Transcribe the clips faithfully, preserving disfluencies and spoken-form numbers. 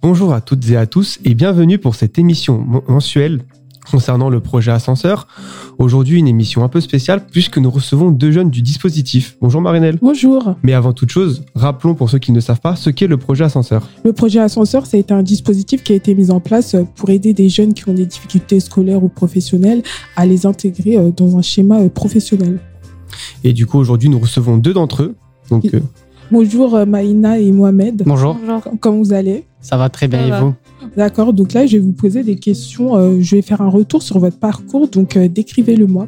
Bonjour à toutes et à tous et bienvenue pour cette émission mensuelle concernant le projet Ascenseur. Aujourd'hui, une émission un peu spéciale puisque nous recevons deux jeunes du dispositif. Bonjour Marinelle. Bonjour. Mais avant toute chose, rappelons pour ceux qui ne savent pas ce qu'est le projet Ascenseur. Le projet Ascenseur, c'est un dispositif qui a été mis en place pour aider des jeunes qui ont des difficultés scolaires ou professionnelles à les intégrer dans un schéma professionnel. Et du coup, aujourd'hui, nous recevons deux d'entre eux. Donc, euh... Bonjour Maïna et Mohamed. Bonjour. Bonjour. Comment vous allez ? Ça va très bien, Ça et va. vous ? D'accord, donc là, je vais vous poser des questions. Euh, je vais faire un retour sur votre parcours, donc euh, décrivez-le-moi.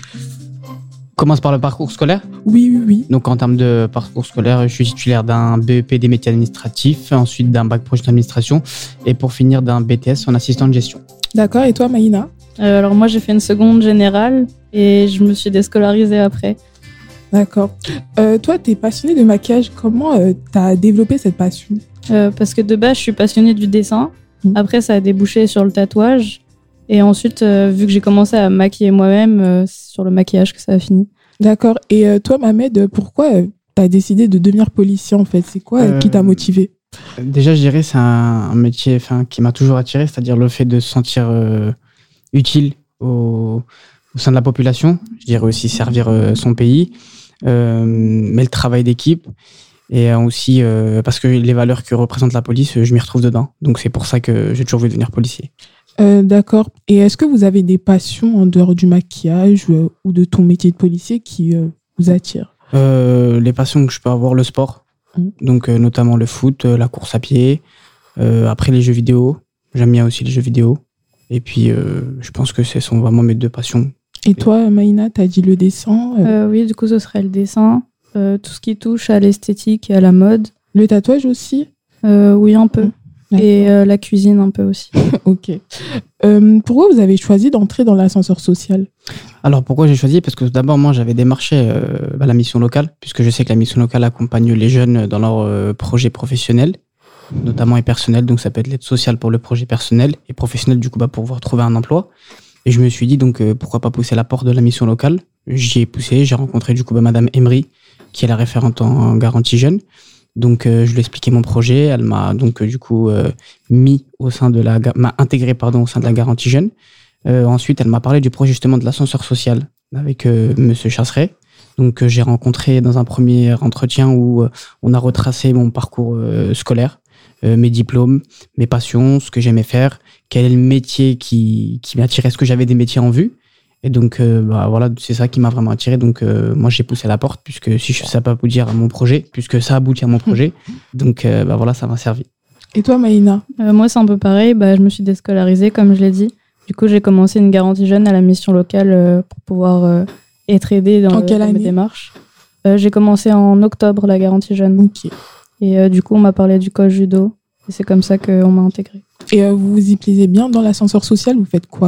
On commence par le parcours scolaire ? Oui, oui, oui. Donc en termes de parcours scolaire, je suis titulaire d'un B E P des métiers administratifs, ensuite d'un bac pro d'administration et pour finir d'un B T S en assistant de gestion. D'accord, et toi Maïna ? euh, Alors moi, j'ai fait une seconde générale et je me suis déscolarisée après. D'accord. Euh, toi, tu es passionnée de maquillage. Comment euh, tu as développé cette passion ? Euh, parce que de base, je suis passionnée du dessin. Mmh. Après, ça a débouché sur le tatouage. Et ensuite, euh, vu que j'ai commencé à maquiller moi-même, euh, c'est sur le maquillage que ça a fini. D'accord. Et euh, toi, Mohamed, pourquoi euh, tu as décidé de devenir policier, en fait ? C'est quoi euh, qui t'a motivé ? Déjà, je dirais c'est un, un métier enfin, qui m'a toujours attiré, c'est-à-dire le fait de se sentir euh, utile au, au sein de la population. Je dirais aussi servir euh, son pays, euh, mais le travail d'équipe. Et aussi euh, parce que les valeurs que représente la police, je m'y retrouve dedans. Donc c'est pour ça que j'ai toujours voulu devenir policier. Euh, d'accord. Et est-ce que vous avez des passions en dehors du maquillage euh, ou de ton métier de policier qui euh, vous attirent ? euh, Les passions que je peux avoir, le sport. Mmh. Donc euh, notamment le foot, euh, la course à pied. Euh, après les jeux vidéo. J'aime bien aussi les jeux vidéo. Et puis euh, je pense que ce sont vraiment mes deux passions. Et toi, Maïna, t'as dit le dessin euh... Euh, Oui, du coup, ce serait le dessin. Euh, tout ce qui touche à l'esthétique et à la mode. Le tatouage aussi ? euh, Oui, un peu. Mmh. Et euh, la cuisine un peu aussi. Ok. Euh, pourquoi vous avez choisi d'entrer dans l'ascenseur social ? Alors pourquoi j'ai choisi ? Parce que d'abord, moi, j'avais démarché euh, bah, la mission locale, puisque je sais que la mission locale accompagne les jeunes dans leurs euh, projets professionnels, notamment et personnels. Donc ça peut être l'aide sociale pour le projet personnel et professionnel, du coup, bah, pour pouvoir trouver un emploi. Et je me suis dit, donc, euh, pourquoi pas pousser la porte de la mission locale ? J'y ai poussé, j'ai rencontré du coup bah, Madame Emery, qui est la référente en garantie jeune. Donc, euh, je lui ai expliqué mon projet. Elle m'a donc, euh, du coup, euh, mis au sein de la, m'a intégré, pardon, au sein de la garantie jeune. Euh, ensuite, elle m'a parlé du projet, justement, de l'ascenseur social avec euh, Monsieur Chasseret. Donc, euh, j'ai rencontré dans un premier entretien où euh, on a retracé mon parcours euh, scolaire, euh, mes diplômes, mes passions, ce que j'aimais faire, quel est le métier qui, qui m'attirait, est-ce que j'avais des métiers en vue. Et donc, euh, bah, voilà, c'est ça qui m'a vraiment attiré. Donc, euh, moi, j'ai poussé la porte, puisque si je ne sais pas vous dire à mon projet, puisque ça aboutit à mon projet. Donc, euh, bah, voilà, ça m'a servi. Et toi, Maïna ? euh, Moi, c'est un peu pareil. Bah, je me suis déscolarisée, comme je l'ai dit. Du coup, j'ai commencé une garantie jeune à la mission locale euh, pour pouvoir euh, être aidée dans, en le, quelle dans année mes démarches. Euh, j'ai commencé en octobre, la garantie jeune. Ok. Et euh, du coup, on m'a parlé du coach judo. Et c'est comme ça qu'on m'a intégrée. Et euh, vous vous y plaisez bien dans l'ascenseur social ? Vous faites quoi ?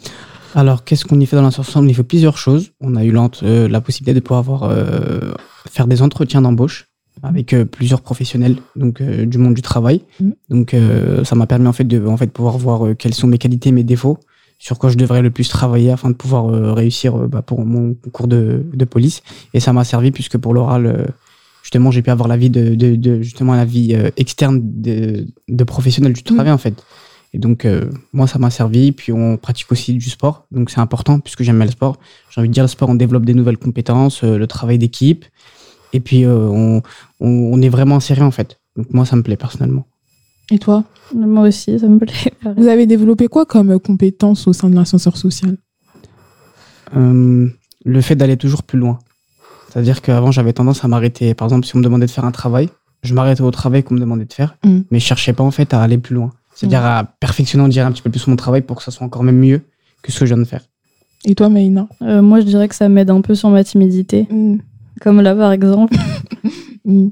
Alors, qu'est-ce qu'on y fait dans l'ascenseur ? On y fait plusieurs choses. On a eu euh, la possibilité de pouvoir avoir, euh, faire des entretiens d'embauche avec euh, plusieurs professionnels donc, euh, du monde du travail. Mmh. Donc, euh, ça m'a permis en fait, de en fait, pouvoir voir euh, quelles sont mes qualités, mes défauts, sur quoi je devrais le plus travailler afin de pouvoir euh, réussir euh, bah, pour mon concours de, de police. Et ça m'a servi puisque pour l'oral, euh, justement, j'ai pu avoir la vie, de, de, de, justement, la vie euh, externe de, de professionnel du travail, mmh. en fait. Et donc, euh, moi, ça m'a servi. Puis, on pratique aussi du sport. Donc, c'est important puisque j'aime le sport. J'ai envie de dire, le sport, on développe des nouvelles compétences, euh, le travail d'équipe. Et puis, euh, on, on, on est vraiment inséré, en fait. Donc, moi, ça me plaît personnellement. Et toi ? Moi aussi, ça me plaît. Vous avez développé quoi comme compétences au sein de l'ascenseur social ? euh, Le fait d'aller toujours plus loin. C'est-à-dire qu'avant, j'avais tendance à m'arrêter. Par exemple, si on me demandait de faire un travail, je m'arrêtais au travail qu'on me demandait de faire. Mmh. Mais je cherchais pas, en fait, à aller plus loin. C'est-à-dire à perfectionner, on dirait, un petit peu plus mon travail pour que ça soit encore même mieux que ce que je viens de faire. Et toi, Maïna ? euh, Moi, je dirais que ça m'aide un peu sur ma timidité. Mm. Comme là, par exemple. mm.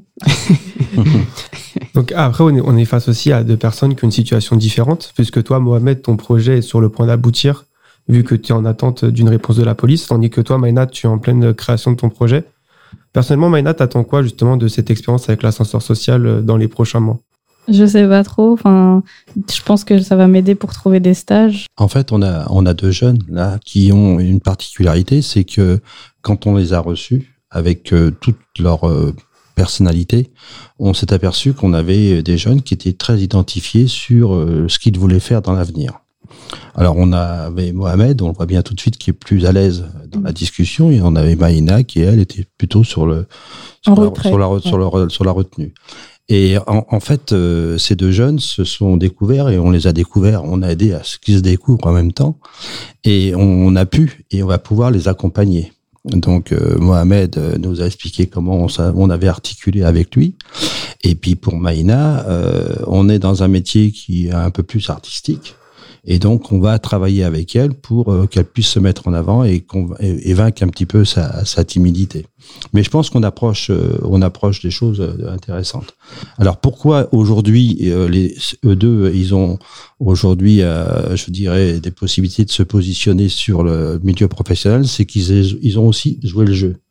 Donc après, on est, on est face aussi à deux personnes qui ont une situation différente, puisque toi, Mohamed, ton projet est sur le point d'aboutir, vu que tu es en attente d'une réponse de la police, tandis que toi, Maïna, tu es en pleine création de ton projet. Personnellement, Maïna, t'attends quoi justement de cette expérience avec l'ascenseur social dans les prochains mois ? Je sais pas trop. Enfin, je pense que ça va m'aider pour trouver des stages. En fait, on a, on a deux jeunes là qui ont une particularité, c'est que quand on les a reçus avec euh, toute leur euh, personnalité, on s'est aperçu qu'on avait des jeunes qui étaient très identifiés sur euh, ce qu'ils voulaient faire dans l'avenir. Alors on avait Mohamed, on le voit bien tout de suite, qui est plus à l'aise dans la discussion, et on avait Maïna qui elle était plutôt sur le sur, la, sur, la, sur, la, sur la retenue. Et en, en fait, euh, ces deux jeunes se sont découverts et on les a découverts, on a aidé à ce qu'ils se découvrent en même temps, et on, on a pu et on va pouvoir les accompagner. Donc euh, Mohamed euh, nous a expliqué comment on, on avait articulé avec lui. Et puis pour Maïna, euh, on est dans un métier qui est un peu plus artistique. Et donc, on va travailler avec elle pour euh, qu'elle puisse se mettre en avant et, qu'on, et, et vaincre un petit peu sa, sa timidité. Mais je pense qu'on approche, euh, on approche des choses euh, intéressantes. Alors, pourquoi aujourd'hui, euh, les, eux deux, ils ont aujourd'hui, euh, je dirais, des possibilités de se positionner sur le milieu professionnel, c'est qu'ils ils ont aussi joué le jeu.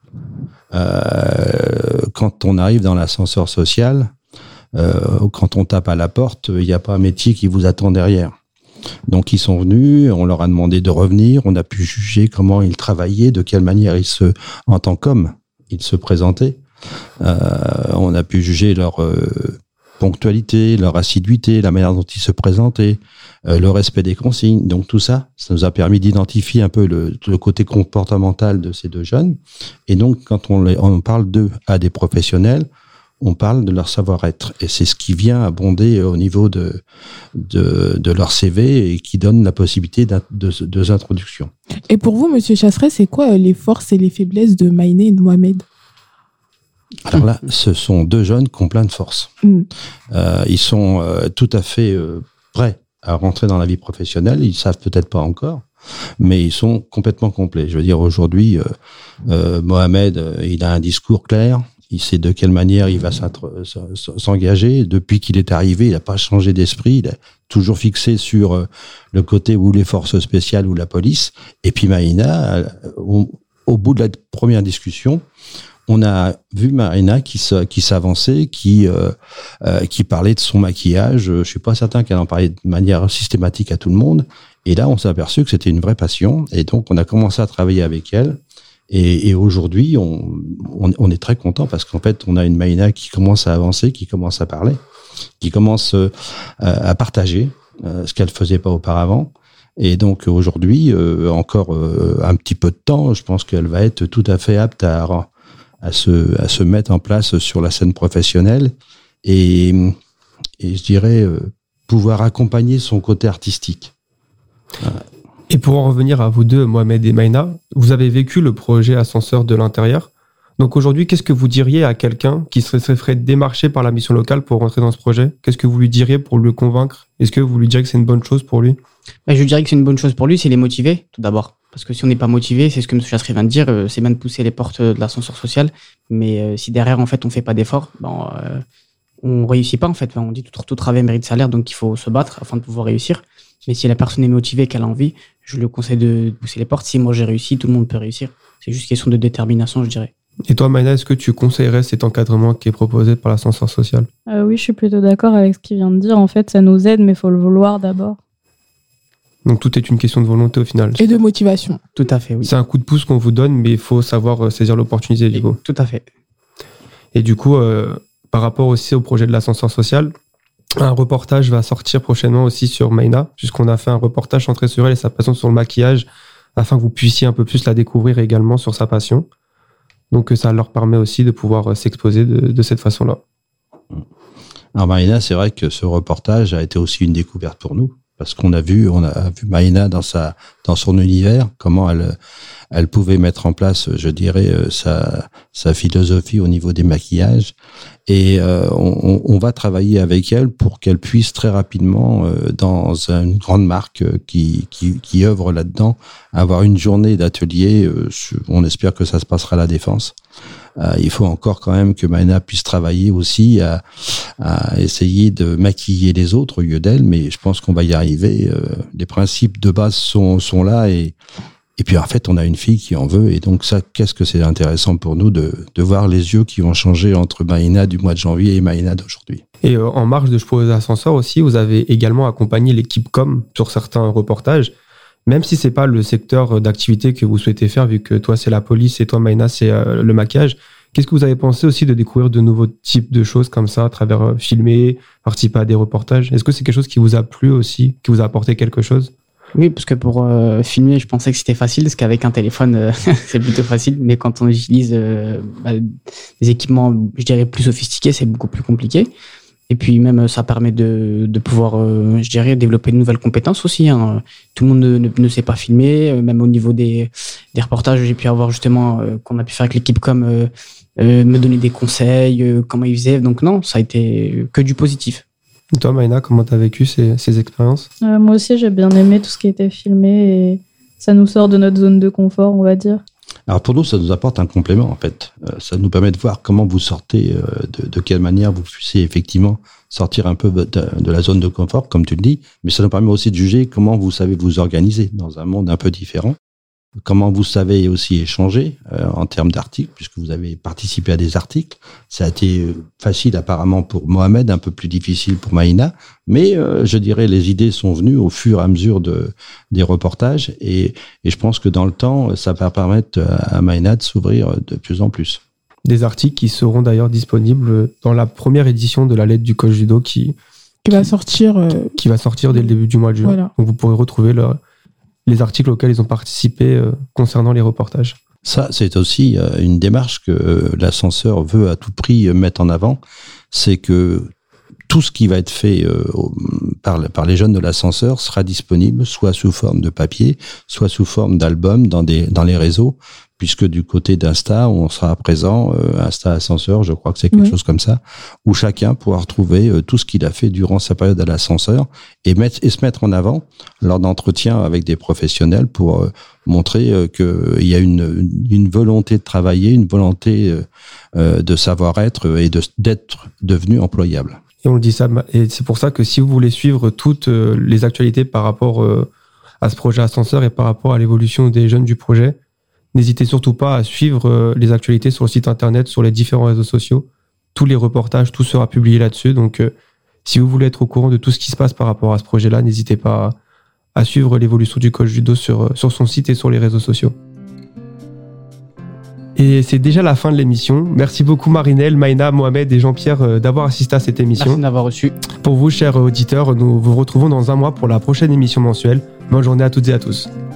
Euh, quand on arrive dans l'ascenseur social, euh, quand on tape à la porte, il n'y a pas un métier qui vous attend derrière. Donc ils sont venus, on leur a demandé de revenir, on a pu juger comment ils travaillaient, de quelle manière ils se, en tant qu'hommes, ils se présentaient. Euh, on a pu juger leur euh, ponctualité, leur assiduité, la manière dont ils se présentaient, euh, le respect des consignes. Donc tout ça, ça nous a permis d'identifier un peu le, le côté comportemental de ces deux jeunes. Et donc quand on, les, on parle d'eux à des professionnels, on parle de leur savoir-être. Et c'est ce qui vient abonder au niveau de, de, de leur C V et qui donne la possibilité de deux introductions. Et pour vous, Monsieur Chasseret, c'est quoi les forces et les faiblesses de Maïna et de Mohamed ? Alors là, ce sont deux jeunes qui ont plein de force. Mm. Euh, ils sont euh, tout à fait euh, prêts à rentrer dans la vie professionnelle. Ils savent peut-être pas encore, mais ils sont complètement complets. Je veux dire, aujourd'hui, euh, euh, Mohamed, euh, il a un discours clair. Il sait de quelle manière il va s'engager. Depuis qu'il est arrivé, il n'a pas changé d'esprit. Il est toujours fixé sur le côté ou les forces spéciales ou la police. Et puis Maïna, au, au bout de la première discussion, on a vu Maïna qui, qui s'avançait, qui, euh, euh, qui parlait de son maquillage. Je suis pas certain qu'elle en parlait de manière systématique à tout le monde. Et là, on s'est aperçu que c'était une vraie passion. Et donc, on a commencé à travailler avec elle. Et, et aujourd'hui, on, on, on est très content parce qu'en fait, on a une Maïna qui commence à avancer, qui commence à parler, qui commence euh, à partager euh, ce qu'elle faisait pas auparavant. Et donc aujourd'hui, euh, encore euh, un petit peu de temps, je pense qu'elle va être tout à fait apte à, à se, à se mettre en place sur la scène professionnelle et, et je dirais euh, pouvoir accompagner son côté artistique. Voilà. Et pour en revenir à vous deux, Mohamed et Maïna, vous avez vécu le projet Ascenseur de l'intérieur. Donc aujourd'hui, qu'est-ce que vous diriez à quelqu'un qui se serait démarché par la mission locale pour rentrer dans ce projet ? Qu'est-ce que vous lui diriez pour le convaincre ? Est-ce que vous lui diriez que c'est une bonne chose pour lui ? bah, Je lui dirais que c'est une bonne chose pour lui s'il est motivé, tout d'abord. Parce que si on n'est pas motivé, c'est ce que M. Chasseret vient de dire, euh, c'est bien de pousser les portes de l'ascenseur social. Mais euh, si derrière, en fait, on fait pas d'efforts, ben, euh, on réussit pas, en fait. On dit tout, tout travail mérite salaire, donc il faut se battre afin de pouvoir réussir. Mais si la personne est motivée, qu'elle a envie, je lui conseille de pousser les portes. Si moi j'ai réussi, tout le monde peut réussir. C'est juste question de détermination, je dirais. Et toi, Maïna, est-ce que tu conseillerais cet encadrement qui est proposé par l'ascenseur social ? euh, Oui, je suis plutôt d'accord avec ce qu'il vient de dire. En fait, ça nous aide, mais il faut le vouloir d'abord. Donc tout est une question de volonté au final. Et de motivation. Tout à fait, oui. C'est un coup de pouce qu'on vous donne, mais il faut savoir saisir l'opportunité du coup. Tout à fait. Et du coup, euh, par rapport aussi au projet de l'ascenseur social, un reportage va sortir prochainement aussi sur Maïna, puisqu'on a fait un reportage centré sur elle et sa passion sur le maquillage, afin que vous puissiez un peu plus la découvrir également sur sa passion. Donc ça leur permet aussi de pouvoir s'exposer de, de cette façon-là. Alors Maïna, c'est vrai que ce reportage a été aussi une découverte pour nous, parce qu'on a vu, on a vu Maïna dans sa, dans son univers, comment elle, elle pouvait mettre en place, je dirais, sa, sa philosophie au niveau des maquillages. Et euh, on, on va travailler avec elle pour qu'elle puisse très rapidement, euh, dans une grande marque qui, qui, qui œuvre là-dedans, avoir une journée d'atelier. Euh, on espère que ça se passera à la Défense. Euh, il faut encore quand même que Maïna puisse travailler aussi à, à essayer de maquiller les autres au lieu d'elle, mais je pense qu'on va y arriver. Euh, les principes de base sont, sont là et Et puis en fait, on a une fille qui en veut, et donc ça, qu'est-ce que c'est intéressant pour nous de, de voir les yeux qui vont changer entre Maïna du mois de janvier et Maïna d'aujourd'hui. Et euh, en marge de Je propose Ascenseur aussi, vous avez également accompagné l'équipe com sur certains reportages, même si c'est pas le secteur d'activité que vous souhaitez faire, vu que toi c'est la police et toi Maïna c'est euh, le maquillage. Qu'est-ce que vous avez pensé aussi de découvrir de nouveaux types de choses comme ça, à travers euh, filmer, participer à des reportages? Est-ce que c'est quelque chose qui vous a plu aussi, qui vous a apporté quelque chose? Oui, parce que pour euh, filmer, je pensais que c'était facile, parce qu'avec un téléphone, euh, c'est plutôt facile. Mais quand on utilise euh, bah, des équipements, je dirais, plus sophistiqués, c'est beaucoup plus compliqué. Et puis même, ça permet de, de pouvoir, euh, je dirais, développer de nouvelles compétences aussi. Hein. Tout le monde ne, ne, ne sait pas filmer. Même au niveau des, des reportages, j'ai pu avoir justement, euh, qu'on a pu faire avec l'équipe comme euh, euh, me donner des conseils, euh, comment ils faisaient. Donc non, ça a été que du positif. Et toi, Maïna, comment tu as vécu ces, ces expériences? euh, Moi aussi, j'ai bien aimé tout ce qui était filmé et ça nous sort de notre zone de confort, on va dire. Alors pour nous, ça nous apporte un complément en fait. Euh, ça nous permet de voir comment vous sortez, euh, de, de quelle manière vous puissiez effectivement sortir un peu de, de la zone de confort, comme tu le dis. Mais ça nous permet aussi de juger comment vous savez vous organiser dans un monde un peu différent. Comment vous savez aussi échanger euh, en termes d'articles, puisque vous avez participé à des articles. Ça a été facile apparemment pour Mohamed, un peu plus difficile pour Maïna, mais euh, je dirais les idées sont venues au fur et à mesure de, des reportages et, et je pense que dans le temps, ça va permettre à Maïna de s'ouvrir de plus en plus. Des articles qui seront d'ailleurs disponibles dans la première édition de la lettre du coach judo qui, qui va sortir euh... qui, qui va sortir dès le début du mois de juin. Voilà. Donc vous pourrez retrouver le les articles auxquels ils ont participé euh, concernant les reportages. Ça, c'est aussi euh, une démarche que euh, l'ascenseur veut à tout prix euh, mettre en avant. C'est que tout ce qui va être fait euh, par, par les jeunes de l'ascenseur sera disponible soit sous forme de papier, soit sous forme d'album dans, des, dans les réseaux, puisque du côté d'Insta, on sera présent, euh, Insta Ascenseur, je crois que c'est quelque oui. chose comme ça, où chacun pourra retrouver euh, tout ce qu'il a fait durant sa période à l'ascenseur et, mettre, et se mettre en avant lors d'entretiens avec des professionnels pour euh, montrer euh, qu'il y a une, une volonté de travailler, une volonté euh, de savoir-être et de, d'être devenu employable. Et on le dit ça, et c'est pour ça que si vous voulez suivre toutes les actualités par rapport euh, à ce projet Ascenseur et par rapport à l'évolution des jeunes du projet, n'hésitez surtout pas à suivre les actualités sur le site internet, sur les différents réseaux sociaux. Tous les reportages, tout sera publié là-dessus. Donc, euh, si vous voulez être au courant de tout ce qui se passe par rapport à ce projet-là, n'hésitez pas à, à suivre l'évolution du coach judo sur, sur son site et sur les réseaux sociaux. Et c'est déjà la fin de l'émission. Merci beaucoup Marinelle, Maïna, Mohamed et Jean-Pierre euh, d'avoir assisté à cette émission. Merci d'avoir reçu. Pour vous, chers auditeurs, nous vous retrouvons dans un mois pour la prochaine émission mensuelle. Bonne journée à toutes et à tous.